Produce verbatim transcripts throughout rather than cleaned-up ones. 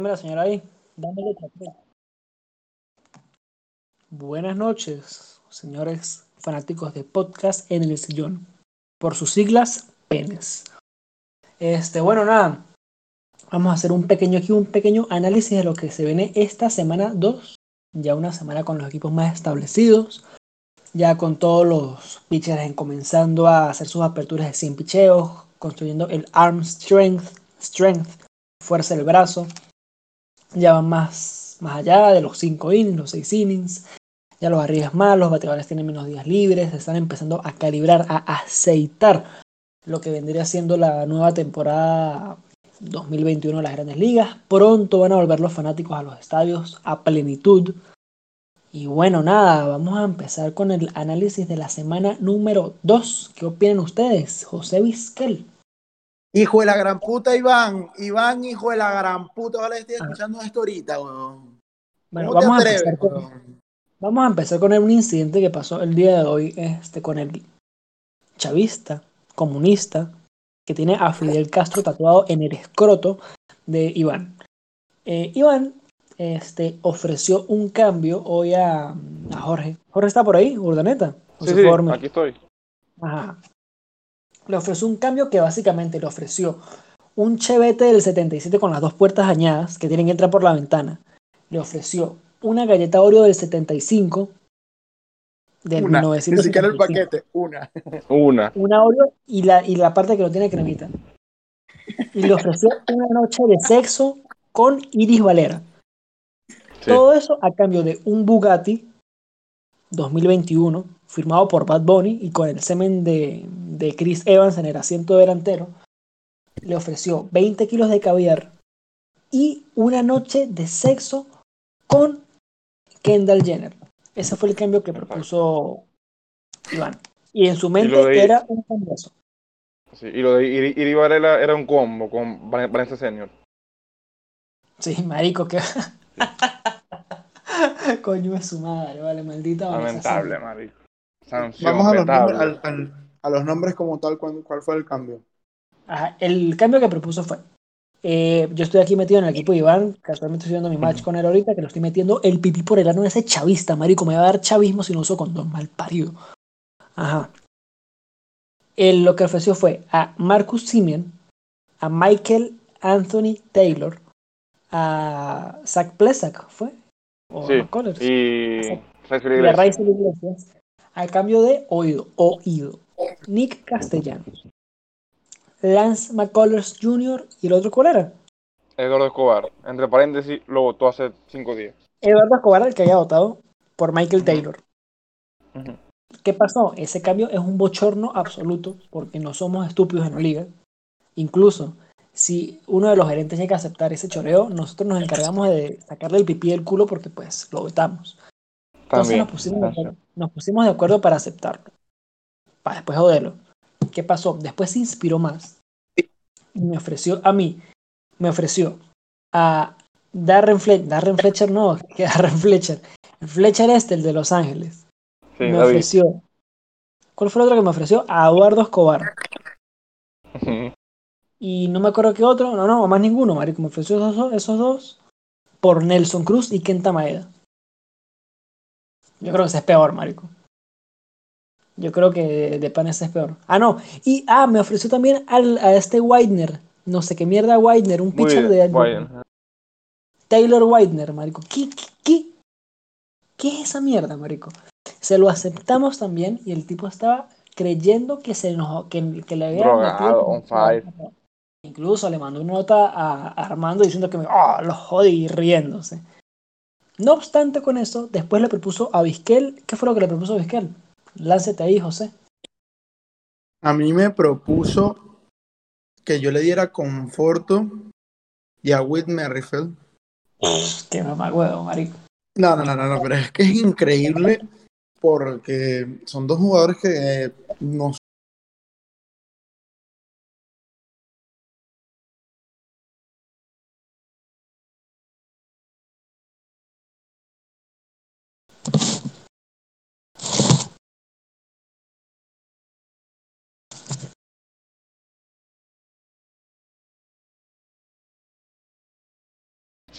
La señora ahí, dándole papel. Buenas noches, señores fanáticos de podcast en el sillón. Por sus siglas, penes. Este, bueno, nada. Vamos a hacer un pequeño aquí, un pequeño análisis de lo que se viene esta semana dos. Ya una semana con los equipos más establecidos. Ya con todos los pitchers en- comenzando a hacer sus aperturas de cien picheos. Construyendo el arm strength, strength, fuerza del brazo. Ya van más, más allá de los cinco innings, los seis innings. Ya los arriesgas más, los bateadores tienen menos días libres, están empezando a calibrar, a aceitar lo que vendría siendo la nueva temporada dos mil veintiuno de las Grandes Ligas. Pronto van a volver los fanáticos a los estadios a plenitud. Y bueno, nada, vamos a empezar con el análisis de la semana número dos. ¿Qué opinan ustedes? José Vizquel. Hijo de la gran puta, Iván. Iván, hijo de la gran puta. Ojalá estés Ah, escuchando esto ahorita, weón. bueno, ¿Cómo te vamos a empezar atreves, con, weón? vamos a empezar con un incidente que pasó el día de hoy este, con el chavista, comunista, que tiene a Fidel Castro tatuado en el escroto de Iván. Eh, Iván este, ofreció un cambio hoy a, a Jorge. Jorge está por ahí, Urdaneta, o Sí, se fue a sí, dormir. aquí estoy. Ajá. Le ofreció un cambio que básicamente le ofreció un Chevette del setenta y siete con las dos puertas dañadas que tienen que entrar por la ventana. Le ofreció una galleta Oreo del setenta y cinco, del Una. Ni siquiera el mil novecientos setenta y cinco. paquete. Una. Una. Una Oreo y la, y la parte que no tiene cremita. Y le ofreció una noche de sexo con Iris Valera. Sí. Todo eso a cambio de un Bugatti dos mil veintiuno firmado por Bad Bunny y con el semen de, de Chris Evans en el asiento delantero. Le ofreció veinte kilos de caviar y una noche de sexo con Kendall Jenner. Ese fue el cambio que Exacto. propuso Iván. Y en su Y lo mente de, era un cambiazo. sí, y lo de Iri, Iri Varela era un combo con Van- Vanessa Senior. Sí, marico, que Sí. coño es su madre, vale, maldita Vanessa Lamentable, Senior. marico. Vamos Sanción, a los nombres, vetable. al, al- a los nombres como tal. ¿Cuál, cuál fue el cambio? Ajá, el cambio que propuso fue, eh, yo estoy aquí metido en el equipo de Iván, casualmente estoy viendo mi match con él ahorita, que lo estoy metiendo el pipí por el ano de ese chavista, marico, me va a dar chavismo si no uso condón, mal parido. Ajá. Él lo que ofreció fue a Marcus Simeon, a Michael Anthony Taylor, a Zach Plesac, ¿fue? O a Sí. McCullers. Y Raizel Y a Iglesias. Raizel Iglesias, a cambio de oído, oído. Nick Castellanos, Lance McCullers junior y el otro, ¿cuál era? Eduardo Escobar. Entre paréntesis, lo votó hace cinco días. Eduardo Escobar, el que haya votado por Michael Ujú, Taylor. ujú. ¿Qué pasó? Ese cambio es un bochorno absoluto porque no somos estúpidos en la liga. Incluso si uno de los gerentes llega a aceptar ese choreo, nosotros nos encargamos de sacarle el pipí del culo porque pues lo vetamos. Entonces nos También. pusimos de Sanción. acuerdo, nos pusimos de acuerdo para aceptarlo, para después joderlo. ¿Qué pasó? Después se inspiró más y me ofreció a mí, me ofreció a Darren Fletcher, Darren Fletcher no, que Darren Fletcher, el Fletcher este, el de Los Ángeles, Sí, me David. ofreció, ¿cuál fue el otro que me ofreció? A Eduardo Escobar. Ujú. Y no me acuerdo qué otro, no, no, más ninguno, marico, me ofreció esos, dos- esos dos por Nelson Cruz y Kenta Maeda. Yo creo que ese es peor, marico. Yo creo que de pan ese es peor. Ah, no. Y, ah, me ofreció también al, a este Widener. No sé qué mierda Widener, un Muy pitcher bien. de, de Bueno. Taylor Widener, marico. ¿Qué, qué, qué, qué es esa mierda, marico? Se lo aceptamos también y el tipo estaba creyendo que, se nos, que, que le había metido Drogado, como on la fire. boca. Incluso le mandó una nota a, a Armando diciendo que me, oh, lo jodí riéndose. No obstante con eso, después le propuso a Vizquel. ¿Qué fue lo que le propuso a Vizquel? Láncete ahí, José. A mí me propuso que yo le diera conforto y a Whit Merrifield. Qué mamá huevo, marico. No, no, no, no, no, pero es que es increíble porque son dos jugadores que eh, no.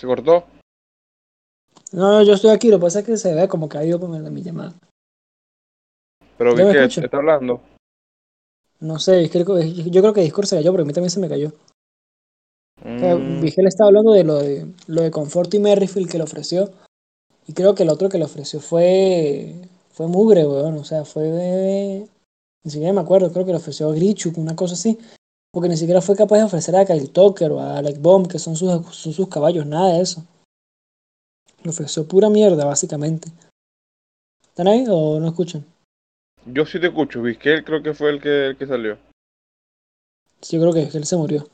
¿Se cortó? No, no, yo estoy aquí, lo que pasa es que se ve como que ha ido con el de mi llamada. Pero ¿Ya vi me que escucha? está hablando. No sé, es que el- yo creo que Discord se cayó, pero a mí también se me cayó. O sea, Mm, vi que él estaba hablando de lo de lo de Conforto y Merrifield que le ofreció. Y creo que el otro que le ofreció fue. Fue Mugre, weón. O sea, fue. Ni siquiera me acuerdo, creo que le ofreció a Grichuk, una cosa así. Porque ni siquiera fue capaz de ofrecer a Kyle Tucker o a Alec Bomb, que son sus, son sus caballos, nada de eso. Le ofreció pura mierda, básicamente. ¿Están ahí o no escuchan? yo sí te escucho, vi que él creo que fue el que, el que salió. Sí, yo creo que, que él se murió.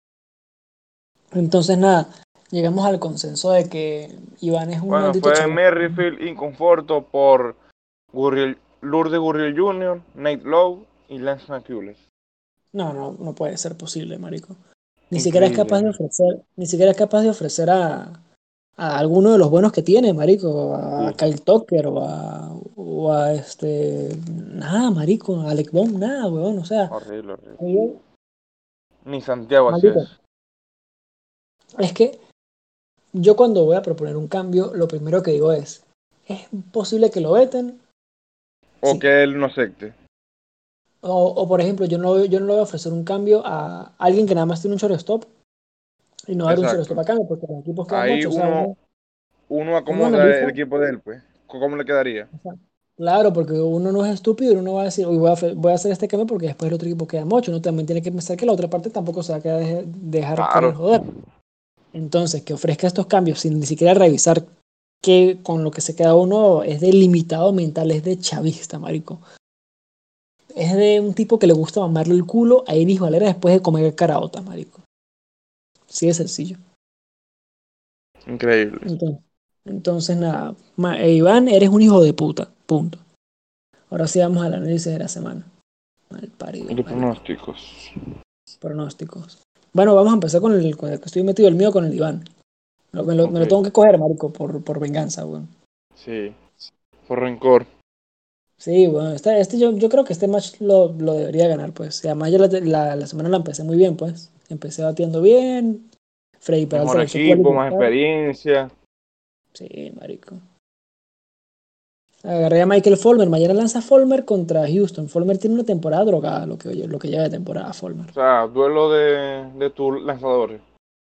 Entonces, nada, llegamos al consenso de que Iván es un Bueno, maldito fue chaval. Merrifield Inconforto por Gurriel, Lourdes Gurriel junior, Nate Lowe y Lance McCullers. No, no, no puede ser posible, marico. Ni siquiera es capaz de Increíble. ofrecer, ni siquiera es capaz de ofrecer a, a alguno de los buenos que tiene, marico, a Uf, Kyle Tucker o a, o a este, nada, marico, a Alec Bomb, nada, weón, o sea, horrible, horrible. Miguel, Ni Santiago hacía maldito. eso. Es que yo cuando voy a proponer un cambio, lo primero que digo es, ¿es posible que lo veten? O Sí. que él no acepte. O, o, por ejemplo, yo no, yo no le voy a ofrecer un cambio a alguien que nada más tiene un shortstop y no dar un shortstop Exacto. a cambio, porque los equipos quedan Ahí ocho, o sea, uno, uno, uno uno acomoda analiza. el equipo de él, pues. ¿Cómo le quedaría? O sea, claro, porque uno no es estúpido y uno no va a decir, "Uy, voy a, fe- voy a hacer este cambio porque después el otro equipo queda ocho". Uno también tiene que pensar que la otra parte tampoco se va a quedar deje- dejar querer Claro. joder. Entonces, que ofrezca estos cambios sin ni siquiera revisar que con lo que se queda uno es de limitado mental, es de chavista, marico. Es de un tipo que le gusta mamarle el culo a Iris Valera después de comer caraotas, marico. Sí, es sencillo. Increíble. Entonces, entonces nada, Ma- eh, Iván, eres un hijo de puta, punto. Ahora sí vamos al análisis de la semana. Mal Y parido, los marico. pronósticos. Pronósticos. Bueno, vamos a empezar con el, con el que estoy metido, el mío con el Iván. Lo- Me lo, me lo Ok. tengo que coger, marico, por, por venganza, weón. Sí. Por rencor. Sí, bueno, este, este yo, yo creo que este match lo, lo debería ganar, pues. Y además yo la, la, la semana la empecé muy bien, pues. Empecé batiendo bien. Freddy Peralta Mejor lo hizo equipo, más cualificar. experiencia. Sí, marico. Agarré a Michael Fulmer. Mañana lanza Fulmer contra Houston. Fulmer tiene una temporada drogada, lo que, lo que lleva de temporada Fulmer. O sea, duelo de, de tus lanzadores.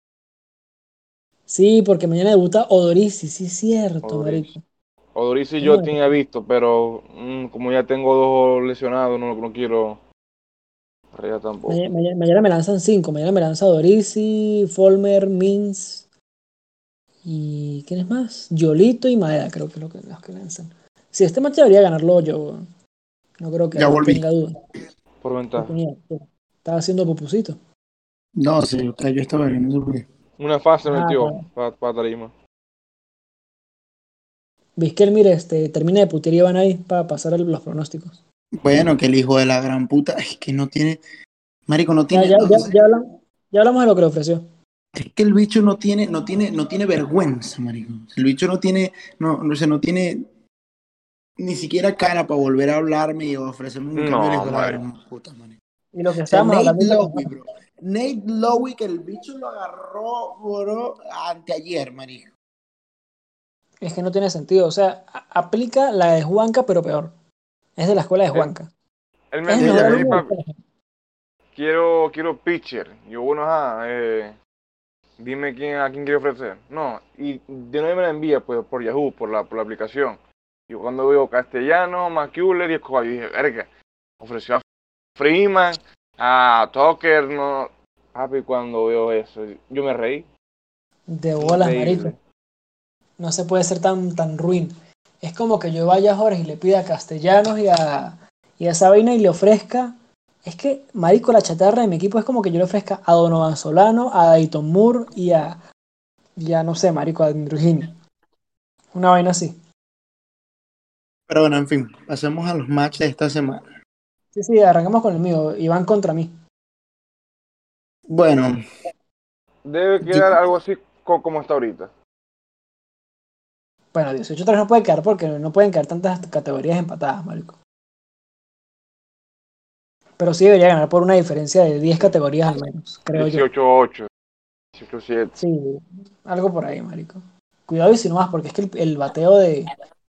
Sí, porque mañana debuta Odorizzi, sí es cierto, Odoris. marico. Odoris y yo ¿Cómo es? tenía visto, pero mm, como ya tengo dos lesionados, no, no quiero arriesgar Mañana, tampoco. mañana- mañana me lanzan cinco. Mañana me lanza Odorizzi, Fulmer, Mins y ¿quién es más? Yolito y Maeda, creo que es lo que, los que lanzan. Sí, este match debería ganarlo yo. No creo que Ya alguien volví. tenga duda. Por ¿Qué ventaja. tenía? Estaba haciendo pupusito. No, sí, o sea, yo estaba bien, no sé por qué. Una fase Ajá, metió para. para Tarima. Vizquel, mire, este, termina de putear y van ahí para pasar el- los pronósticos. Bueno, que el hijo de la gran puta es que no tiene, marico, no Ya, tiene, ya, no, ya, ya hablamos, ya hablamos de lo que le ofreció. es que el bicho no tiene, no tiene, no tiene vergüenza, marico. El bicho no tiene, no, no, o sea, no tiene ni siquiera cara para volver a hablarme y ofrecerme un cambio el No, hijo de la marico. gran puta, marico. Y lo que O sea, estábamos Nate hablando ahorita con Lowe, Juan, bro. Nate Lowe, que el bicho lo agarró, bro, anteayer, marico. es que no tiene sentido. O sea, a- aplica la de Juanca, pero peor. Es de la escuela de Él, Juanca. él me Es el De mejor la, escribe, hey alumno de la papi, escuela. quiero, quiero pitcher. Yo, bueno, ajá, eh, dime quién, a quién quiere ofrecer. No, y de nuevo me la envía pues, por Yahoo, por la, por la aplicación. Yo cuando veo Castellano, McCuller y Escobar, yo dije, verga, ofreció a Freeman, a Tucker, no. Papi, cuando veo eso, yo me reí. De bolas, marico. Increíble. No se puede ser tan, tan ruin. Es como que yo vaya a Jorge y le pida a Castellanos y a, y a esa vaina y le ofrezca. Es que, marico, la chatarra de mi equipo es como que yo le ofrezca a Donovan Solano, a Dayton Moore y a, y a no sé, marico, a Andrujini. Una vaina así. pero bueno, en fin, pasemos a los matches de esta semana. Sí, sí, arrancamos con el mío. Iván contra mí. Bueno, Debe yo, quedar algo así co- como está ahorita. Bueno, dieciocho tres no puede quedar porque no pueden quedar tantas categorías empatadas, marico. Pero sí debería ganar por una diferencia de diez categorías al menos, creo yo. dieciocho ocho. Ciclo siete. Sí, algo por ahí, marico. Cuidado y si no más, porque es que el, el bateo de,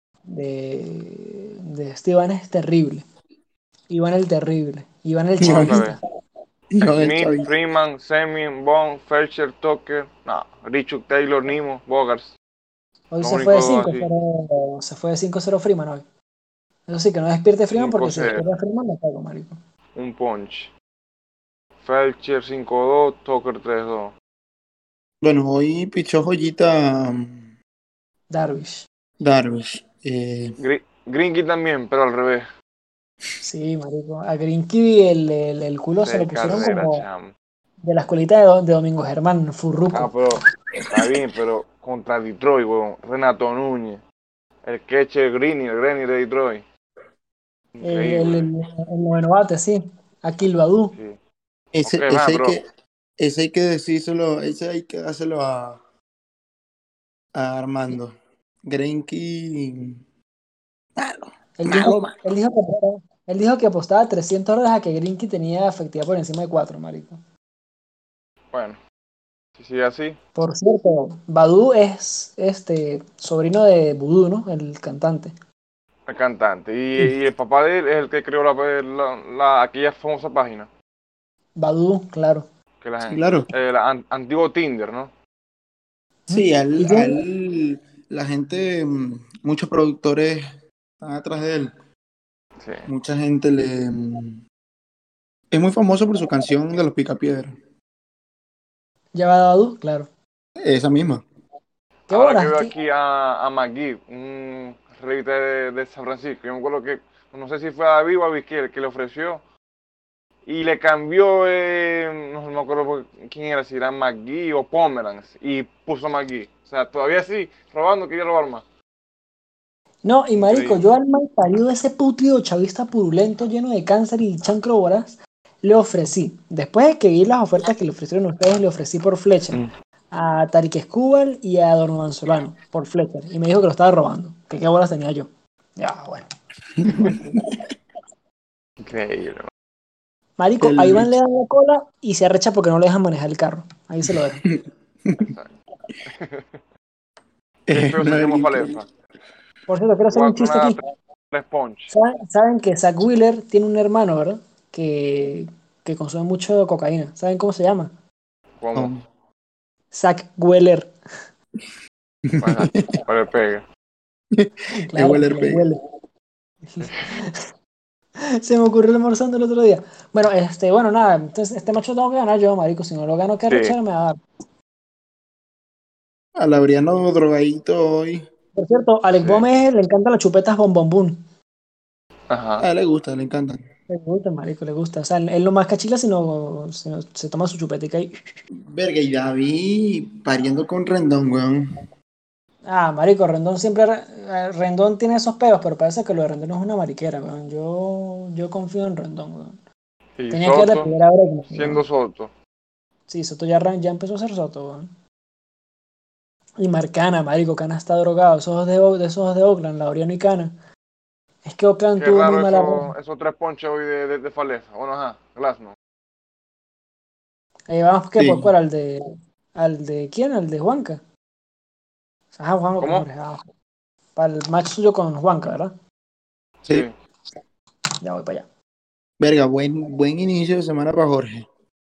de, de este Iván es terrible. Iván el terrible. Iván el Iván, Vamos a ver. chavista. Iván el Smith, Chavi. Freeman, Semien, Bond, Felcher, Tucker, no, Richard Taylor, Nimo, Bogarts. Hoy Los se fue de únicos dos cinco así. cero, se fue de cinco cero Freeman hoy. Eso sí, que no despierte Freeman cinco porque si cero. despierta Freeman me cago, marico. Un punch. Felcher cinco dos, Tucker tres dos. Bueno, hoy pichó joyita um, Darvish. Darvish. Eh, Gri- Grinky también, pero al revés. Sí, marico. A Greinke el, el, el culo se lo Seis pusieron carreras, como chamo. de la escuelita de, Do- de Domingo Germán, Ah, Furruco. pero está bien, pero contra Detroit, weón. Renato Núñez. El catcher Greeny, el Greeny de Detroit. El, el, Increíble. el, el noveno bate, sí. Akil Badú. Sí. Ok, ese, va, ese hay pero. que, ese hay que decírselo, ese hay que dárselo a, a Armando. Greinke, malo, Él malo, dijo, malo. él dijo que apostaba, él dijo que apostaba trescientos dólares a que Greinke tenía efectividad por encima de cuatro, marico. Bueno, si sigue así. Por cierto, Badú es este sobrino de Vudú, ¿no? El cantante. El cantante. Y, y el papá de él es el que creó la, la- la- aquella famosa página. Badú, claro. Que la Sí, gente. claro. El an- antiguo Tinder, ¿no? Sí, a él, Y a tiene, él, la gente, mm, muchos productores están atrás de él. Sí. Mucha gente le... mm, es muy famoso por su canción de los Picapiedra. ya va Badú, claro. Esa misma. ¿Qué Ahora que bolas? veo ¿Qué? aquí a, a McGee, un revista de, de San Francisco, yo me acuerdo que, no sé si fue a David o a Vizquel que le ofreció, y le cambió, eh, no me acuerdo por- quién era, si era McGee o Pomeranz, y puso McGee. O sea, todavía sí, robando, quería robar más. No, y marico, Increíble. yo al mal parido de ese putrido chavista purulento lleno de cáncer y chancro voraz, le ofrecí, después de que vi las ofertas que le ofrecieron ustedes, le ofrecí por Fletcher Mm. a Tarik Skubal y a Donovan Solano por Fletcher, y me dijo que lo estaba robando, que qué bolas tenía yo. Ya, bueno. Bueno, Increíble, man. marico, a El Iván le bicho. dan la cola y se arrecha porque no le dejan manejar el carro. Ahí se lo dejo. Exacto. Qué Es feo se una quemó verga increíble. Falefa. Por cierto, quiero hacer un Cuatro chiste nada, aquí. tres, tres punch. ¿Saben, saben que Zach Wheeler tiene un hermano, ¿verdad? Que, que consume mucho cocaína. ¿Saben cómo se llama? ¿Cómo? No. Zach Wheeler. Para, para el pegue. Es Claro, Weller le Pega. huele. Se me ocurrió almorzando el otro día. Bueno, este, bueno, nada. Entonces, este macho tengo que ganar yo, marico. Si no lo gano, qué Sí. rechera me va a dar. Al Laureano drogadito hoy. Por cierto, a Alex Sí. Gómez le encantan las chupetas bombombún. Ajá. A él le gusta, le encantan. Le gusta, marico, le gusta. O sea, él no más cachila, sino, sino se toma su chupetica y... Verga, y David pariendo con Rendón, weón. Ah, marico, Rendón siempre... eh, Rendón tiene esos peos, pero parece que lo de Rendón es una mariquera, weón. Yo, yo confío en Rendón, weón. Y Tenía que ver la Soto, primera break, siendo weón. Soto. Sí, Soto ya, arran- ya empezó a ser Soto, weón. Y Marcana, marico, Cana está drogado. Esos dos de, O- de esos dos de Oakland, Laureano y Cana. Es que Oakland Qué tuvo muy raro mala racha. eso, esos tres ponches hoy de, de, de Falefa. Bueno, ajá, Glasnow. Eh, vamos, ¿qué? ¿Por Sí, cuál? ¿Al de, al de quién? ¿Al de Juanca? Ajá, Juanca con ¿Cómo? Jorge. Ah, para el match suyo con Juanca, ¿verdad? sí. Sí. Ya voy para allá. Verga, buen, buen inicio de semana para Jorge.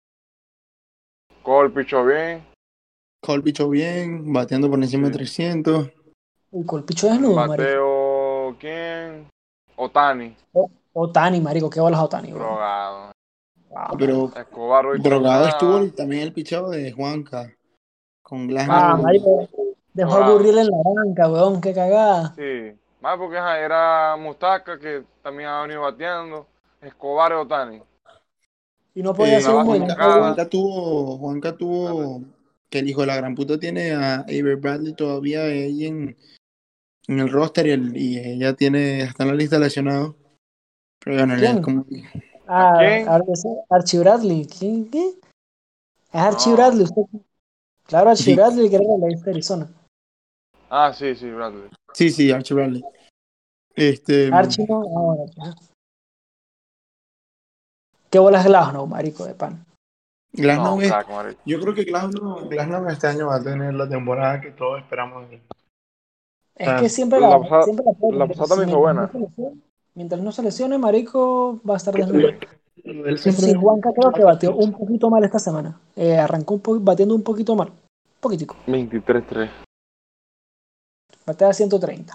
Cole pichó bien. Cole pichó bien, bateando por encima de Sí. trescientos. Uy, Colpicho En desnudo, marico. bateo, ¿quién? Otani. O- Otani, marico, qué bolas Otani, weón. Drogado. Wow, Pero marico. Escobar hoy tres drogado estuvo nada. el- también el pichado de Juanca. Con Ah, Ah, Glasnow. marico. Dejó a drogado. Gurriel en la banca, weón, qué cagada. Sí. Más porque ajá, era Mustaca que también ha venido bateando. Escobar y Otani. Y no podía En la hacer Eh, un base Juanca, movimiento bien. buscada. Juanca tuvo, Juanca Arre. tuvo, que el hijo de la gran puta tiene a Avery Bradley todavía ahí en, en el roster y, el- y ella tiene, está en la lista de lesionados. Pero bueno, es ¿Quién? como, ¿A Ah, quién? Ar- ese Archie Bradley. ¿Quién? ¿Qué? Es Archie No. Bradley, usted. Claro, Archie sí, Bradley, que era de la ex de Arizona. Ah, sí, sí, Bradley. sí, sí, Archie Bradley. Este, Archie no, ahora. Qué bolas Glasnow, marico de pan. Glasnow No, es, crack, marico. yo creo que Glasnow, Glasnow este año va a tener la temporada que todos esperamos de él. O Es sea, que siempre la, La pasada, siempre la puede la tener. pasada Si también fue mientras no buena. se lesione, mientras no se lesione, marico, va a estar lo, desnudo. lo de él Eso siempre sí, es Juanca creo que batió un poquito mal esta semana. Eh, arrancó un po- batiendo un poquito mal. Un poquitico. veintitrés tres. Batea ciento treinta.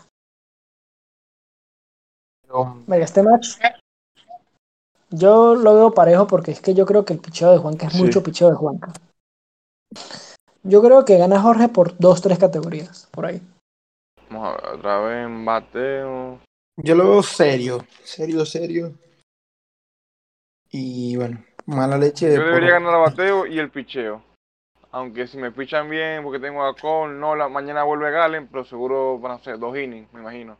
pero, Venga, este match yo lo veo parejo porque es que yo creo que el picheo de Juanca es Sí. mucho picheo de Juanca. Yo creo que gana Jorge por dos, tres categorías, por ahí. Vamos a ver, otra vez en bateo. yo lo veo serio, serio, serio. Y bueno, mala leche Yo debería por... ganar el bateo y el picheo. Aunque si me pichan bien, porque tengo a Cole, no, la, mañana vuelve Galen, pero seguro van a ser dos innings, me imagino.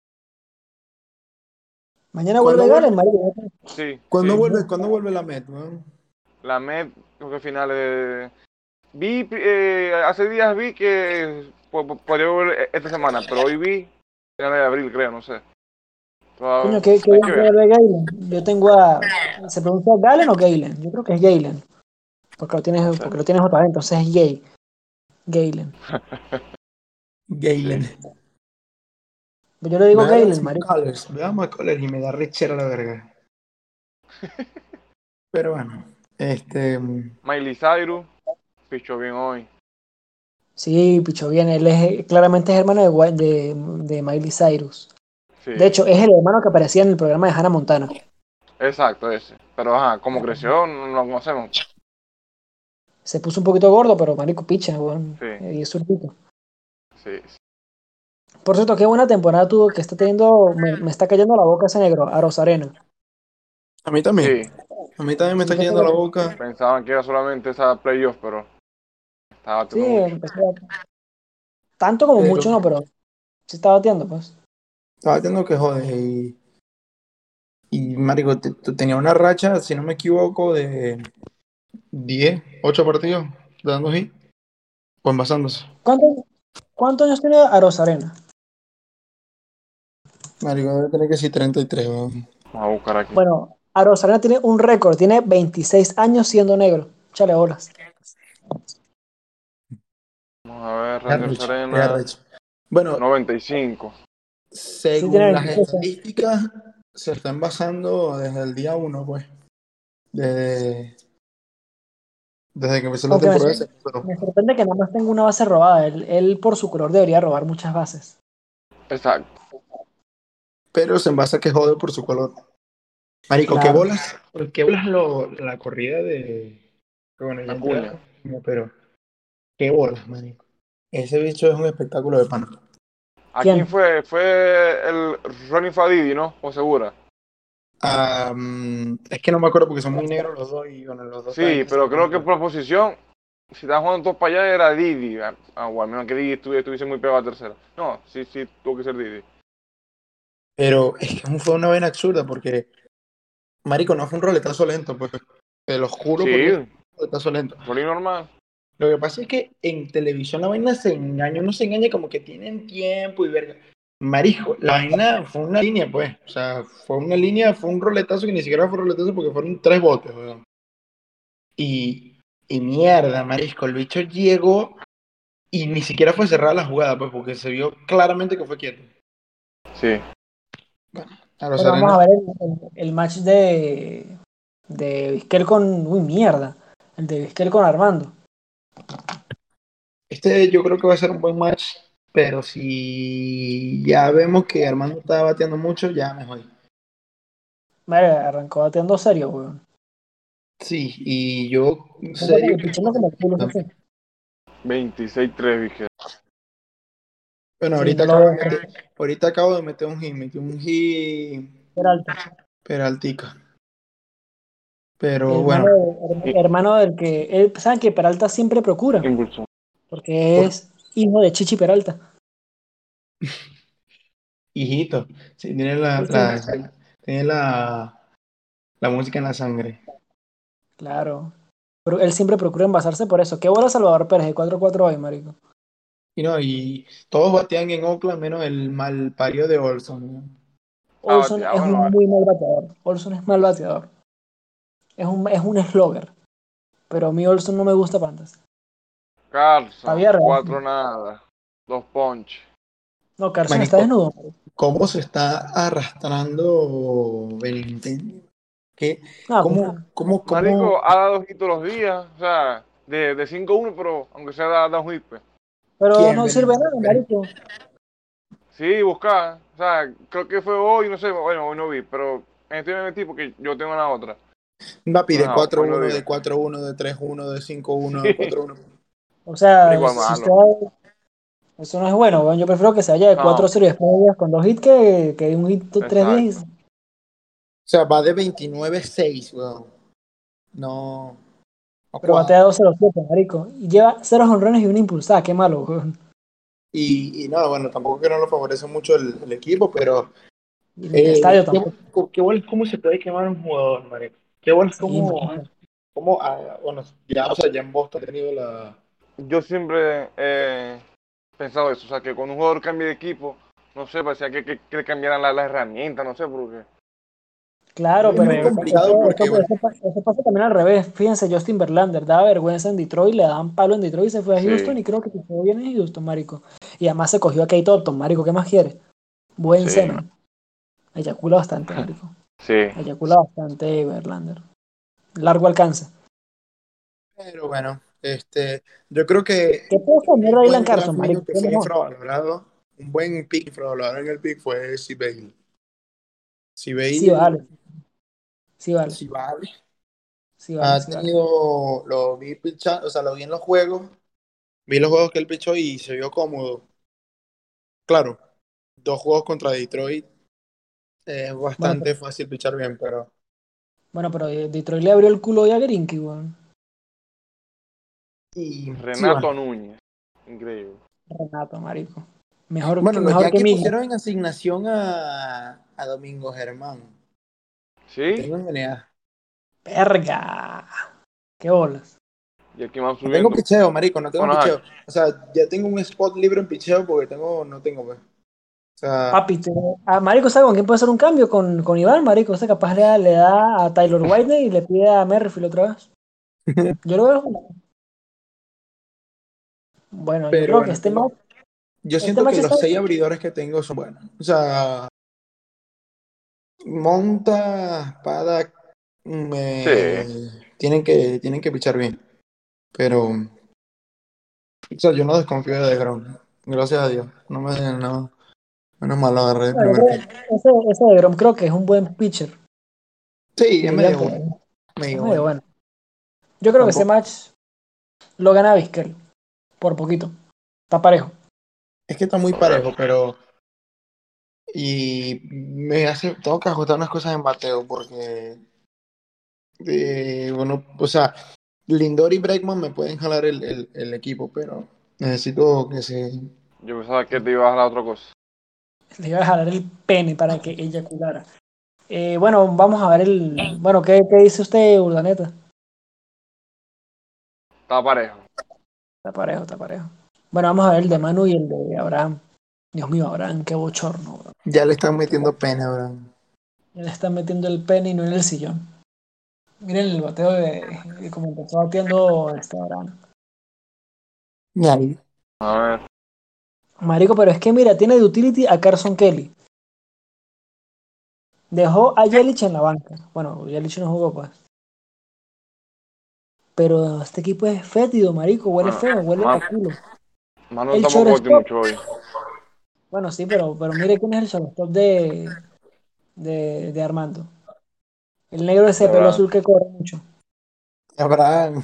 Mañana ¿Cuándo vuelve Galen, vuelve? marico. Sí, ¿Cuándo sí. vuelve? ¿Cuándo vuelve la Met, weón? La Met, creo que finales de... Vi, eh, hace días vi que po- po- podría volver esta semana, pero hoy vi finales de abril, creo, no sé. Coño, Todavía- qué, qué hay bien que que ver. vuelve Galen. Yo tengo a. ¿Se pronuncia Galen o Galen? Yo creo que es Galen. Porque lo No tienes, sé. porque lo tienes otra vez, entonces es Gay. Galen. Sí. Galen. Yo le Ve digo a Galen, las marico. McCullers, ve a McCullers y me da rechera la verga. Pero bueno, este... Miley Cyrus pichó bien hoy. Sí, picho bien. Él es, claramente es hermano de, Gua- de, de Miley Cyrus. De Sí, hecho, es el hermano que aparecía en el programa de Hannah Montana. exacto, ese. Pero ajá, como creció, no, no lo conocemos. Se puso un poquito gordo, pero marico, picha, weón. Sí, Y es zurdito. sí, sí. Por cierto, qué buena temporada tuvo que está teniendo. Me, me está cayendo la boca ese negro, a Rosarena. A mí también. Sí, A mí también me Sí, está empezó cayendo la a- boca. pensaban que era solamente esa playoff, pero estaba sí, batiendo mucho. empezó a- tanto como Pero mucho, no, pero sí está bateando, pues. estaba teniendo que joder. Y, y marico, te- te- tenía una racha, si no me equivoco, de diez ocho partidos dando hit o envasándose. ¿Cuántos, cuántos años tiene a Rosarena? Marico, debe tener que ser treinta y tres, weón. Vamos a buscar aquí. Bueno, a Rosarena tiene un récord, tiene veintiséis años siendo negro. Chale bolas. Vamos a ver, Es Ranger arrecho, es Serena, arrecho. Bueno, noventa y cinco. Sí, tiene según las veintiséis años. estadísticas, se está envasando desde el día uno, pues. Desde, desde que empezó la Aunque me, temporada. sor- Se empezó. me sorprende que nada más tenga una base robada. Él, él por su color debería robar muchas bases. Exacto. Pero se envasa que jode por su color. Marico, qué Claro. bolas, qué bolas lo, la corrida de. Que bueno, ya Acuña. entraron, pero qué bolas, marico. Ese bicho es un espectáculo de pana. ¿A quién ¿Quién? fue? Fue el Ronnie Fadidi, ¿no? ¿O segura? Ah, mm, es que no me acuerdo porque son muy negros los dos y bueno, los dos Sí, también que se pero creo ponen que por posición, si estaban jugando todos para allá, era Didi. Ah, ah, o al menos que Didi estuviese, estuviese muy pegado a tercera. No, sí, sí, tuvo que ser Didi. Pero es que fue una vaina absurda porque, marico, no fue un roletazo lento, pues. Te lo juro por Sí, Dios, un roletazo lento. por ahí normal. Lo que pasa es que en televisión la vaina se engaña, uno se engaña como que tienen tiempo y verga. Marico, la vaina fue una línea, pues. O sea, fue una línea, fue un roletazo que ni siquiera fue roletazo porque fueron tres botes, weón. Y, y mierda, marisco, el bicho llegó y ni siquiera fue cerrada la jugada, pues, porque se vio claramente que fue quieto. Sí. Bueno, a los Bueno, vamos a arenas. ver el, el- el match de, de Vizquel con. Uy, mierda. El de Vizquel con Armando. Este yo creo que va a ser un buen match, pero si ya vemos que Armando está bateando mucho, ya me jodí. Vale, arrancó bateando serio, weón. Sí, y yo Fíjate, serio y que pichando como el culo, eso sí. veintiséis tres, dije. bueno, Sí, ahorita no lo acabo de veo. meter, ahorita acabo de meter un hit, metí un hit Peralta. Peraltica. Pero Hermano, bueno, herma- hermano del que. Él, ¿saben que Peralta siempre procura? Impulso. Porque por es hijo de Chichi Peralta. hijito, sí, tiene la, Sí, sí. la, tiene la, la música en la sangre. Claro. Pero él siempre procura envasarse por eso. ¿Qué bola Salvador Pérez de cuatro cuatro hoy, marico? Y no, y todos batean en Oakland menos el mal parido de Olson, ¿no? Ah, Olson batea, es un bueno, muy mal bateador. Olson es mal bateador. Es un, es un slugger. pero a mí Olson no me gusta Pantas. Carlson, Todavía real. cuatro nada. Dos ponches. No, Carson está Marico, desnudo. ¿cómo se está arrastrando Benintendi? ¿Qué? No, pues, ¿Cómo, cómo, cómo? Marico ha dado hit todos los días. O sea, de, de cinco uno, pero aunque sea da, da un hit, pues. pero ¿Quién? no sirve Benin- nada, Benin- marico. Sí, buscar. O sea, creo que fue hoy, no sé, bueno, hoy no vi, pero en este me metí porque yo tengo la otra. Mbappé Pero de no, cuatro hoy no uno, vi. de cuatro uno, de tres uno, de cinco uno, de Sí, cuatro uno. O pero sea, igual si usted, malo. eso no es bueno, weón. Yo prefiero que se vaya de cuatro No, cero y después vayas con dos hits que, que un hit tres exacto. diez. O sea, va de veintinueve seis, weón. No, no Pero batea cuadra. dos cero siete, marico. Y lleva cero jonrones y una impulsada. Qué malo, weón. Y, y no, bueno, tampoco que no lo favorece mucho el, el equipo, pero Y ni el eh, estadio qué, tampoco. bu- qué bueno es cómo se puede quemar un jugador, marico. Qué bueno es Sí, cómo, marico. cómo ah, bueno, ya, o sea, ya en Boston ha tenido la... Yo siempre he pensado eso. O sea, que cuando un jugador cambie de equipo, no sé, parecía que, que, que le cambiaran las la herramientas, no sé por qué. Claro, Es pero muy eso, complicado eso, porque, eso, bueno, eso pa- eso pasa también al revés. Fíjense, Justin Verlander daba vergüenza en Detroit, le daban palo en Detroit y se fue a Sí, Houston y creo que se fue bien en Houston, marico. Y además se cogió a Kate Upton, marico. ¿Qué más quiere? Buen sí, semen. Eyacula bastante, marico. sí. Eyacula bastante Verlander. Largo alcance. pero bueno, este, yo creo que ¿Qué puede un tener Dylan buen draft Carson, mío marico? que ¿Qué fue mejor? infravalorado, un buen pick infravalorado en el pick fue Sibale. Sí Sibale, vale, sí vale, Sibale sí vale, ha sí vale. tenido, lo vi pichar, o sea, lo vi en los juegos, vi los juegos que él pichó y se vio cómodo. Claro, dos juegos contra Detroit es Bueno, pero, bastante fácil pichar bien, pero... bueno, pero eh, Detroit le abrió el culo hoy a Greinke, weón. Y sí, bueno. Renato Núñez. Increíble. Renato, marico. Mejor que, Bueno, los mejor que Yankees Miguel. pusieron en asignación a, a Domingo Germán. ¿Sí? Tengo N A. Verga. Qué bolas. Y aquí van No tengo subiendo. picheo, marico, no tengo Bueno, ajá, picheo. O sea, ya tengo un spot libre en picheo porque tengo, no tengo, pues. O sea, Papi, te- ah, marico, ¿sabe con quién puede hacer un cambio? Con, con Iván, marico. O sea, capaz le da, le da a Tyler Whitney y le pide a Merrifield otra vez. Yo lo veo jugar. Bueno, yo pero creo que bueno, este match, tengo, yo este siento que match está. los seis abridores que tengo son buenos. O sea, Monta, Paddock, me sí. tienen que, tienen que pichar bien. Pero, o sea, yo no desconfío de DeGrom. Gracias a Dios. No me, no, menos mal lo agarré el Bueno, yo primer pick. creo- ese, ese de Grom creo que es un buen pitcher. Sí, es Dirían medio por bueno. ahí. Es Medio medio bueno. bueno. Yo creo que ese Tampoco. match lo gana Vizquel. Por poquito. Está parejo. Es que está muy Correcto. parejo, pero. Y me hace. Tengo que ajustar unas cosas en bateo porque. eh, bueno, o sea, Lindor y Bregman me pueden jalar el, el, el equipo, pero necesito que se. Yo pensaba que te ibas a la otra cosa. Le iba a jalar el pene para que eyaculara. Eh, bueno, vamos a ver el. Bueno, ¿qué, qué dice usted, Urdaneta? Está parejo. Está parejo, está parejo. Bueno, vamos a ver el de Manu y el de Abraham. Dios mío, Abraham, qué bochorno, bro. Ya le están metiendo pena, bro. Él está metiendo el pene y no en el sillón. Miren el bateo de, de cómo empezó bateando este Abraham. Y ahí. A ver. Marico, pero es que mira, tiene de utility a Carson Kelly. Dejó a Yelich en la banca. Bueno, Yelich no jugó, pues. Pero este equipo es fétido, marico. Huele Bueno, feo, huele a Man- culo. Manu El tampoco batió shortstop. mucho hoy. Bueno, sí, pero, pero mire quién es el shortstop de, de, de Armando. El negro ese de pelo ¿Verdad? azul que corre mucho. Abraham.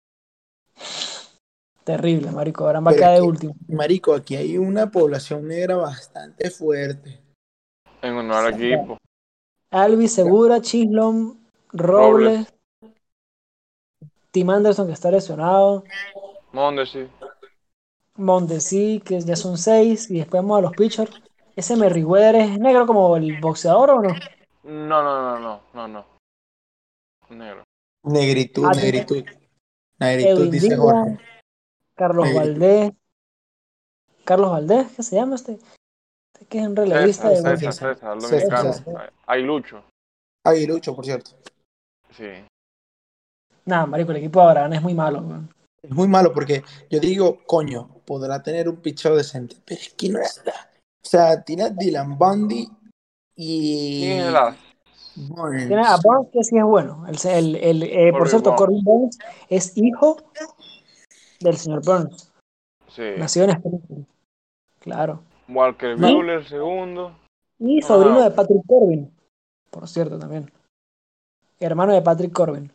Terrible, marico. Ahora va a Pero es quedar de que, último. marico, aquí hay una población negra bastante fuerte. En honor al equipo. Alvis, Segura, Chislom, Robles. Robles, Tim Anderson que está lesionado, Mondesi. Mondesi que ya son seis, y después vamos a los pitchers. Ese Merriweather es negro como el boxeador o no? No, no, no, no, no, no. Negro. Negritud, Ah, tiene negritud. Negritud, Edwin dice Díaz, Jorge. Carlos Negritud. Valdés. Carlos Valdés, ¿qué se llama este? Este que es un relevista César, de César, West. César, César. César, el César, César dominicano. César. Valdés. Aguilucho. Aguilucho, por cierto. Sí. Nada, marico, el equipo de Abraham es muy malo, weón. Es muy malo porque yo digo, coño, podrá tener un picheo decente, pero es que no está. O sea, tiene a Dylan Bundy ¿Quién es y el as? Tiene a Burns. Burns, que sí es bueno. El, el, el, eh, por Corbin cierto, Burns. Corbin Burns es hijo del señor Burns. Sí. Nacido en Springfield. Claro. Walker No, Y, Buehler, segundo. y sobrino Ajá. de Patrick Corbin, por cierto, también. Hermano de Patrick Corbin.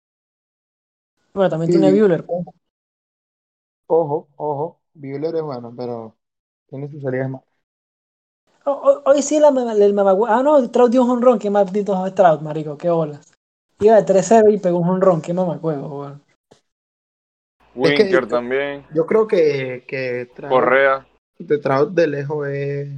Bueno, también tiene y Bueller, pues. ojo, ojo, Buehler es bueno, pero tiene sus salidas más. Ho- ho- Hoy sí la, mama- el mamagüe- Ah, no, Trout dio un jonrón. Qué maldito es Trout, marico. Qué bolas. Iba de tres cero y pegó un jonrón. Qué mamacuevo, weón. Es que Winker yo, también. yo creo que, que Trout, Correa. de Trout de lejos es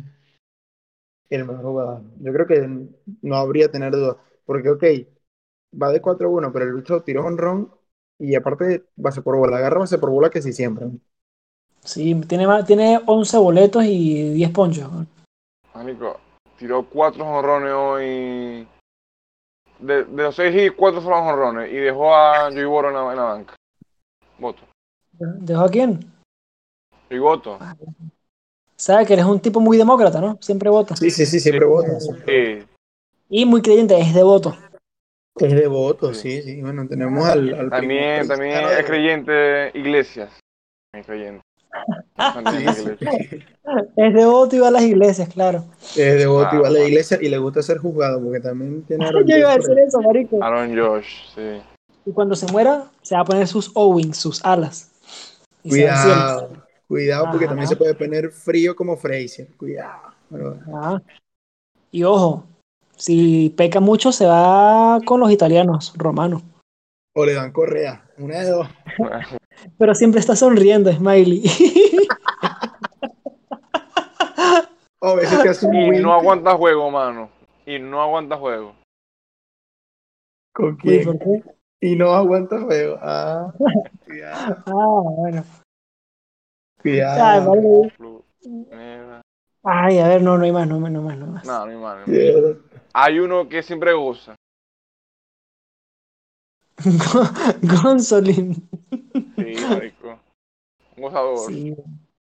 el mejor jugador. Yo creo que no habría tener duda. Porque, ok, va de cuatro a uno, pero el bicho tiró un ron y aparte base por bola. Agarra base por bola que sí siempre. Sí, tiene, ma- tiene once boletos y diez ponchos, weón. Marico, tiró cuatro jonrones hoy. De, de los seis hits, cuatro fueron jonrones. Y dejó a Joey Votto en la, en la banca. Voto. ¿Dejó a quién? Joey Votto. Sabe que eres un tipo muy demócrata, ¿no? Siempre vota. Sí, sí, sí, Sí. siempre vota, siempre vota. Sí. Y muy creyente, es de voto. Es de voto, Sí. sí, sí. Bueno, tenemos al, al primer También, cristiano también es de... creyente Iglesias. Es creyente. Es Santana Sí, sí. Iglesias. Es de voto y va a las iglesias, claro. Es de voto y va a Claro, la mano. iglesia y le gusta ser juzgado porque también tiene a Aaron Yo iba Judge a por decir ahí. eso, marico. Aaron Josh, sí. Y cuando se muera, se va a poner sus O-wings, sus alas. Y se va al cielo. Cuidado, cuidado porque Ajá. también se puede poner frío como Frazier. Cuidado. Pero bueno. Ajá. Y ojo, si peca mucho, se va con los italianos, romanos. O le dan correa. Una de dos. Pero siempre está sonriendo, Smiley. O a veces te hace un Y no wink. aguanta juego, mano. Y no aguanta juego. ¿Con Uy, ¿por quién? qué? Y no aguanta juego. Ah, cuidado, Ah, bueno. Ay, cuidado. Flu, vale. flu, neva. Ay, a ver, no, no hay más, no, hay- no hay más, no hay más. No, no hay más, no hay más. Cuidado. Hay uno que siempre goza. Gonzolin. Sí, marico. Un gozador. Sí.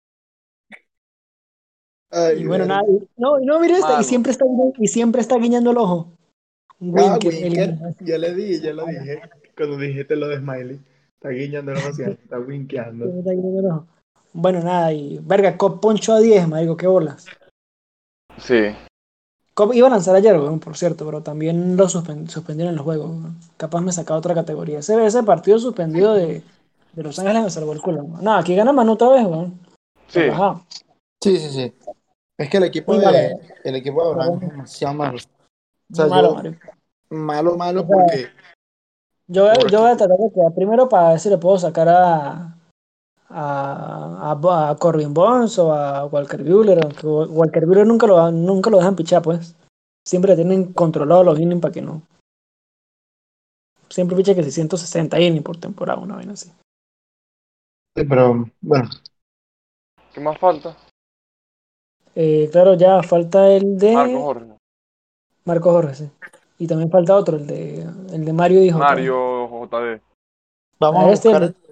Y Ay, bueno, nada. verga. y- No, y no, mira esta, y Mano. siempre está, y siempre está guiñando el ojo. Ah, Winker, el Winker. Ya le di, ya lo dije. Cuando dijiste lo de Smiley. Está guiñando los ojos, está winkeando. siempre está guiñando el ojo. Bueno, nada, y verga, Cop poncho a diez, marico, qué bolas. Sí. Cop iba a lanzar ayer, weón, por cierto, pero también lo suspen- suspendieron en los juegos, weón. Capaz me sacaba otra categoría. Ese, ese partido suspendido de, de Los Ángeles me salvó el culo, weón. Nada, aquí gana Manu otra vez, weón. Sí. Relajado. Sí, sí, sí. Es que el equipo Muy malo, de, weón. el equipo de Abraham es Perdón. demasiado malo. O Muy sea, malo, yo, marico. malo, O malo sea, porque yo, yo voy Jorge, a tratar de quedar primero para ver si le puedo sacar a, a, a, a Corbin Burns o a Walker Buehler, aunque Walker Buehler nunca lo, nunca lo dejan pichar, pues. Siempre le tienen controlado los innings para que no. Siempre picha que si ciento sesenta innings por temporada, una vaina así. sí, pero bueno, ¿Qué más falta? Eh, claro, ya falta el Marco de Jorge. Marco Jorge, sí. Y también falta otro, el de, el de Mario y J D. Mario J D. vamos A a este, buscar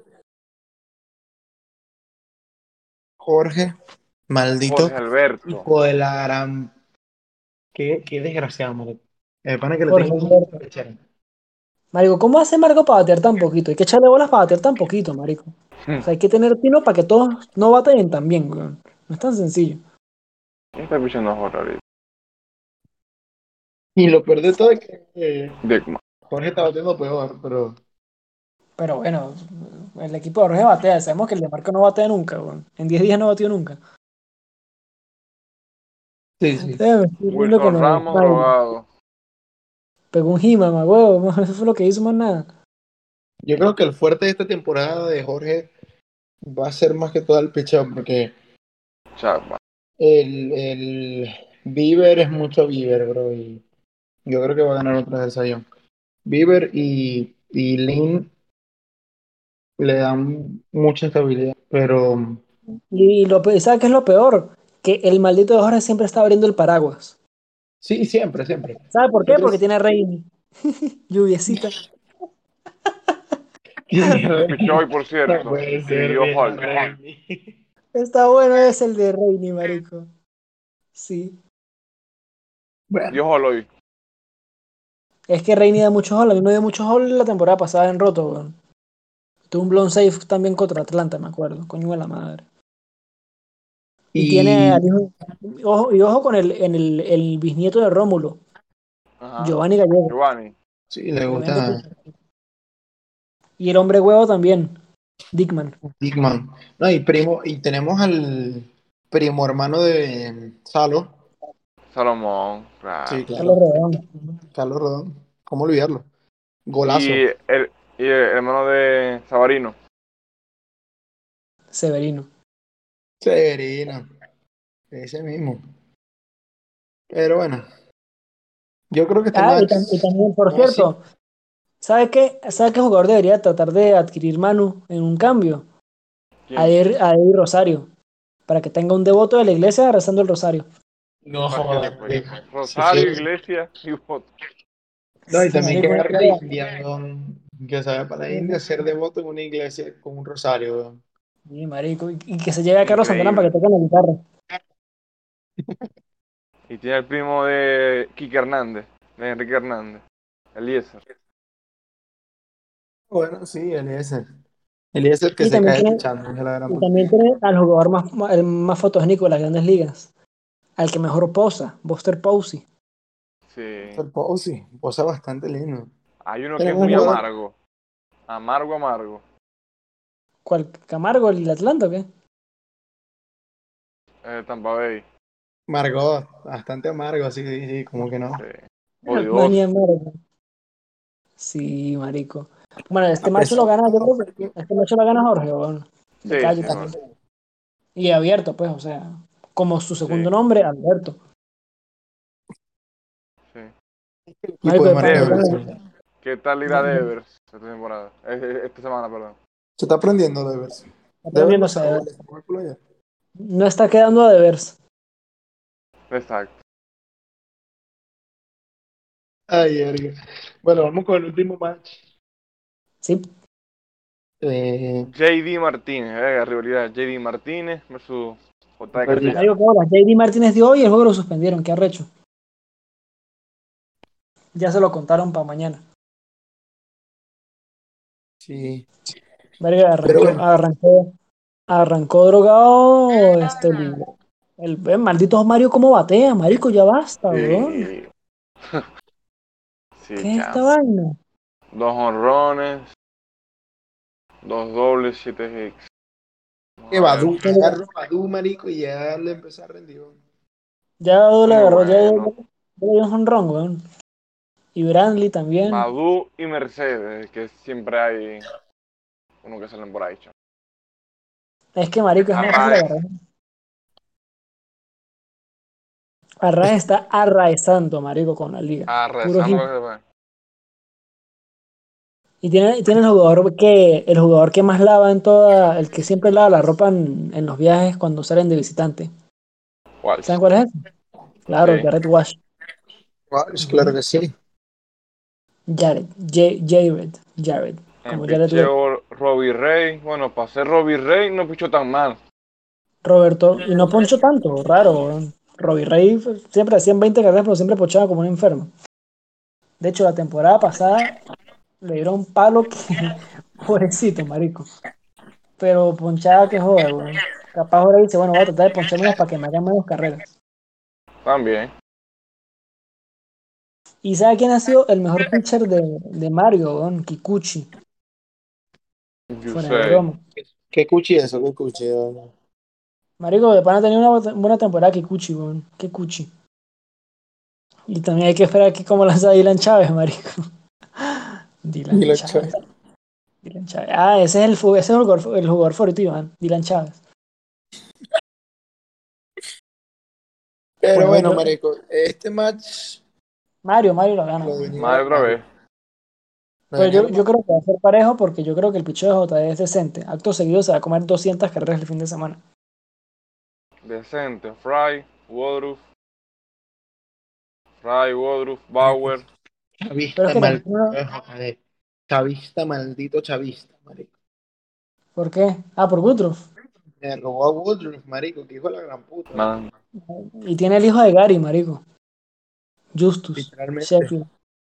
Jorge, Jorge maldito Alberto. hijo de la gran. Qué, qué desgraciado, marico. El pana que le Jorge tengo un Alberto. pechero. Marico, ¿cómo hace Marco para batear tan poquito? Hay que echarle bolas para batear tan poquito, marico. O sea, hay que tener tino para que todos no baten tan bien, weón. No es tan sencillo. ¿Quién está pichando a Jorge ahorita? Y lo peor de todo es que eh, Diekman. Jorge está batiendo peor, pero Pero bueno, el equipo de Jorge batea. Sabemos que el de Marco no batea nunca, weón. En diez días no batió nunca. sí, sí. Eh, me estoy riendo con Wilson el Ramos Smiley. drogado. Pegó un gima, más huevo. Eso fue lo que hizo, más nada. Yo creo que el fuerte de esta temporada de Jorge va a ser más que todo el picheo, porque Chapman. el, el Bieber es mucho Bieber, bro, y yo creo que va a ganar otra vez el Sayón. Bieber y, y Lin le dan mucha estabilidad, pero Y lo, pe- ¿sabes qué es lo peor? Que el maldito de Jorge siempre está abriendo el paraguas. sí, siempre, siempre. ¿Sabe por qué? Porque Nosotros, tiene rain. Lluviecita. El pichó hoy, por No cierto. puede Y ser dio bien, Hall. Randy. Está bueno, es el de Reini, marico. Sí. Bueno, Dio Hall hoy. Es que Reini da muchos goles. A mí me dio muchos goles la temporada pasada en Roto, weón. Tuvo un blown safe también contra Atlanta, me acuerdo. Coño de la madre. Y tiene y al hijo- ojo, y ojo con el, en el, el bisnieto de Rómulo, Ajá. Giovanni Gallego. Giovanni. sí, le Tremendo gusta pitcher. Y el hombre huevo también, Dickman. Dickman. No, y primo, y tenemos al primo hermano de Salo. Salomón, Sí, claro. Carlos claro. Rodón, Carlos Rodón. ¿Cómo olvidarlo? Y Golazo. el, y el hermano de Sabarino. Severino. Severino. Ese mismo. Pero bueno, yo creo que este Ah, y, match tam- y también, por no es así. cierto, ¿sabe qué? ¿Sabe qué jugador debería tratar de adquirir Manu en un cambio? A ¿Quién? Eddie, a Eddie Rosario, para que tenga un devoto de la iglesia rezando el rosario. No Fácil, jodas, pues. marico. Sí, sí. Rosario, Iglesia y voto. No, y Sí, también que marico, una agarre la idea. India, weón. Que se vaya para la India, ser devoto en una iglesia con un rosario, weón. Sí, marico, y, y que se lleve a Carlos Santana para que Increíble. toque la guitarra. Y tiene el primo de Kike Hernández, de Enrique Hernández, Eliezer. Bueno, sí, Eliezer. Eliezer que Y se también cae tiene, pichando, que la gran y puta. también tiene al jugador más, más- el más fotogénico de las grandes ligas, al que mejor posa, Buster Posey. Sí. El Posey, posa bastante lindo. Hay uno que es Tenemos un muy jugador, amargo. Amargo, amargo. ¿Cuál? ¿Camargo, el Atlanta o qué? Eh, Tampa Bay. Margot, bastante amargo, así que sí, como que no. Sí. Manía Odioso. Margo. Sí, marico. Bueno, este A macho lo pesar de gana, yo todo, creo que marico, este macho lo gana Jorge, bueno, de Sí, calle sí, también. Jorge. Y abierto, pues, o sea, como su segundo Sí, nombre, Alberto. sí. el equipo Marico, de de pana, de Margot, Devers. pana, sí. ¿Qué tal irá de- de- Devers esta temporada? Eh, eh, Esta semana, perdón. Se está aprendiendo Devers. Devers no aprendiéndose sabe de ver. goles, como el culo ya. No está quedando a deberse. Exacto. Ay, verga. Bueno, vamos con el último match. Sí, Eh, J D Martínez, eh, rivalidad. J D Martínez versus J D marico, Castellanos. qué bola. J D Martínez dio hoy y el juego lo suspendieron, qué arrecho. Ya se lo contaron para mañana. sí, Verga, pero arranqué, bueno, arrancó, arrancó drogado, este, el, el, el maldito Mario cómo batea, marico, ya basta, weón. Sí, sí, ¿Qué es esta chamo. vaina? Dos honrones, dos dobles, siete hits. que Vamos a ver. Badu, agarro Badu, marico, y ya le empecé a rendir. Weón. Ya le Muy agarró, ya, ya, bueno. ya le dio un jonrón, weón. Y Brantley también. Badu y Mercedes, que siempre hay uno que salen por ahí, chamo. Es que, marico, es más fácil Arraez, agarrar. Arraez está arraezando, marico, con la liga. Puro arrasando hit. lo que se puede. Y tiene, tiene el jugador que, el jugador que más lava en toda, el que siempre lava la ropa en, en los viajes cuando salen de visitante. Walsh. ¿Saben cuál es ese? Claro, Sí. Jared Wash. Guau, claro Ujú. que sí. Jared, J- Jared, Jared, En como Jared Way. picheo, Robbie Ray. Bueno, para ser Robbie Ray no pichó tan mal. Roberto, y no poncho tanto, raro, weón. Robbie Ray fue- siempre hacían veinte carreras, pero siempre pochaba como un enfermo. De hecho, la temporada pasada le dieron un palo que, pobrecito, marico. Pero ponchada que joder, weón. Capaz ahora dice, bueno, voy a tratar de ponchar menos para que me hagan menos carreras. También. ¿Y sabe quién ha sido el mejor pitcher de, de Mario, weón? Kikuchi, fuera de Yusei. broma. ¿Qué cuchi eso? ¿Qué cuchi? weón? Marico, de pana tenía una bu- buena temporada Kikuchi, weón. Kikuchi. Y también hay que esperar aquí cómo lanza Dylan Chávez, marico. Y Dylan lo Chávez. echó. Dylan Chávez. Ah, ese es el, fu- ese es el jugador, el jugador favorito, Iván. Dylan Chávez. Pero Bueno, bueno, yo, marico, este match Mario, Mario lo gana, lo weón. venía Más otra armando. vez. Lo Pero venía yo, yo armando. creo que va a ser parejo porque yo creo que el picheo de J D es decente. Acto seguido se va a comer doscientas carreras el fin de semana. Decente. Fry, Woodruff. Fry, Woodruff, Marico, Bauer. la Pero es vista que mal. también tiene, uno- Joder. Chavista, maldito chavista, marico. ¿Por qué? Ah, por Woodruff. Me robó a Woodruff, marico, que hijo de la gran puta. Man, Y tiene el hijo de Gary, marico. Justus Literalmente. Sheffield.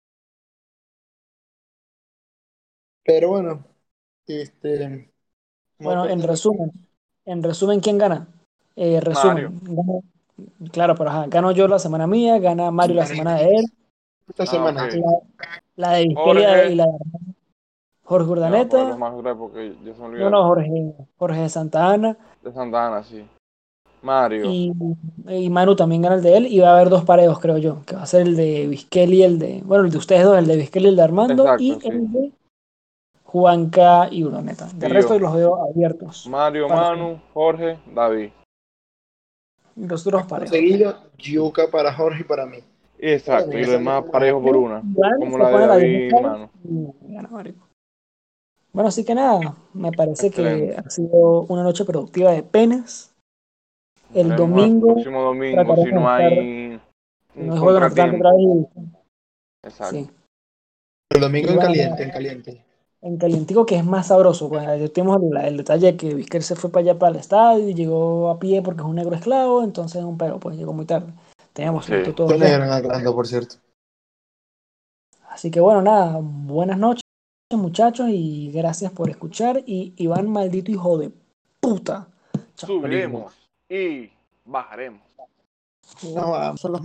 Pero bueno, este, vamos a Bueno, en perder aquí. resumen, en resumen, ¿quién gana? Eh, Mario. resumen, gano- claro, pero ajá, gano yo la semana mía, gana Mario la semana de él, Esta Ah, semana. ok. la, la de Vizquelia y Jorge. la de Jorge Ya me voy a poner los Urdaneta, más grandes porque ya se me no, olvidaron. no, Jorge, Jorge de Santa Ana De Santa Ana, sí. Mario. y, y Manu también gana el de él y va a haber dos parejos, creo yo, que va a ser el de Vizquel y el de, bueno, el de ustedes dos, el de Vizquel y el de Armando Exacto, y sí. el de Juanca y Urdaneta. De Y resto yo. los veo abiertos Mario, para Manu, Jorge, David. los otros Acto parejos. seguido, Yuca para Jorge y para mí. Bueno, Exacto. Y me los sale demás como parejos por ejemplo. una. Iván Como se la de pone la David y diez Manu. y gana, marico. Bueno, así que nada, me parece que Excelente. ha sido una noche productiva de penas. Nos El veremos el domingo próximo domingo si trataremos de no estar, hay si un no hay juego en Atlanta otra contratiempo. vez. Exacto. Sí. El domingo Y en bueno, caliente, nada, en caliente. en Calientico que es más sabroso, pues ahí tenemos el, el detalle de que Vizquer se fue para allá para el estadio y llegó a pie porque es un negro esclavo, entonces es un pero, pues llegó muy tarde. Teníamos Sí. sueñito todos Son ya. negros en Atlanta, por cierto. Así que bueno, nada, buenas noches muchachos y gracias por escuchar y Iván maldito hijo de puta. Chao. Marico. Subiremos y bajaremos. No, vamos, son los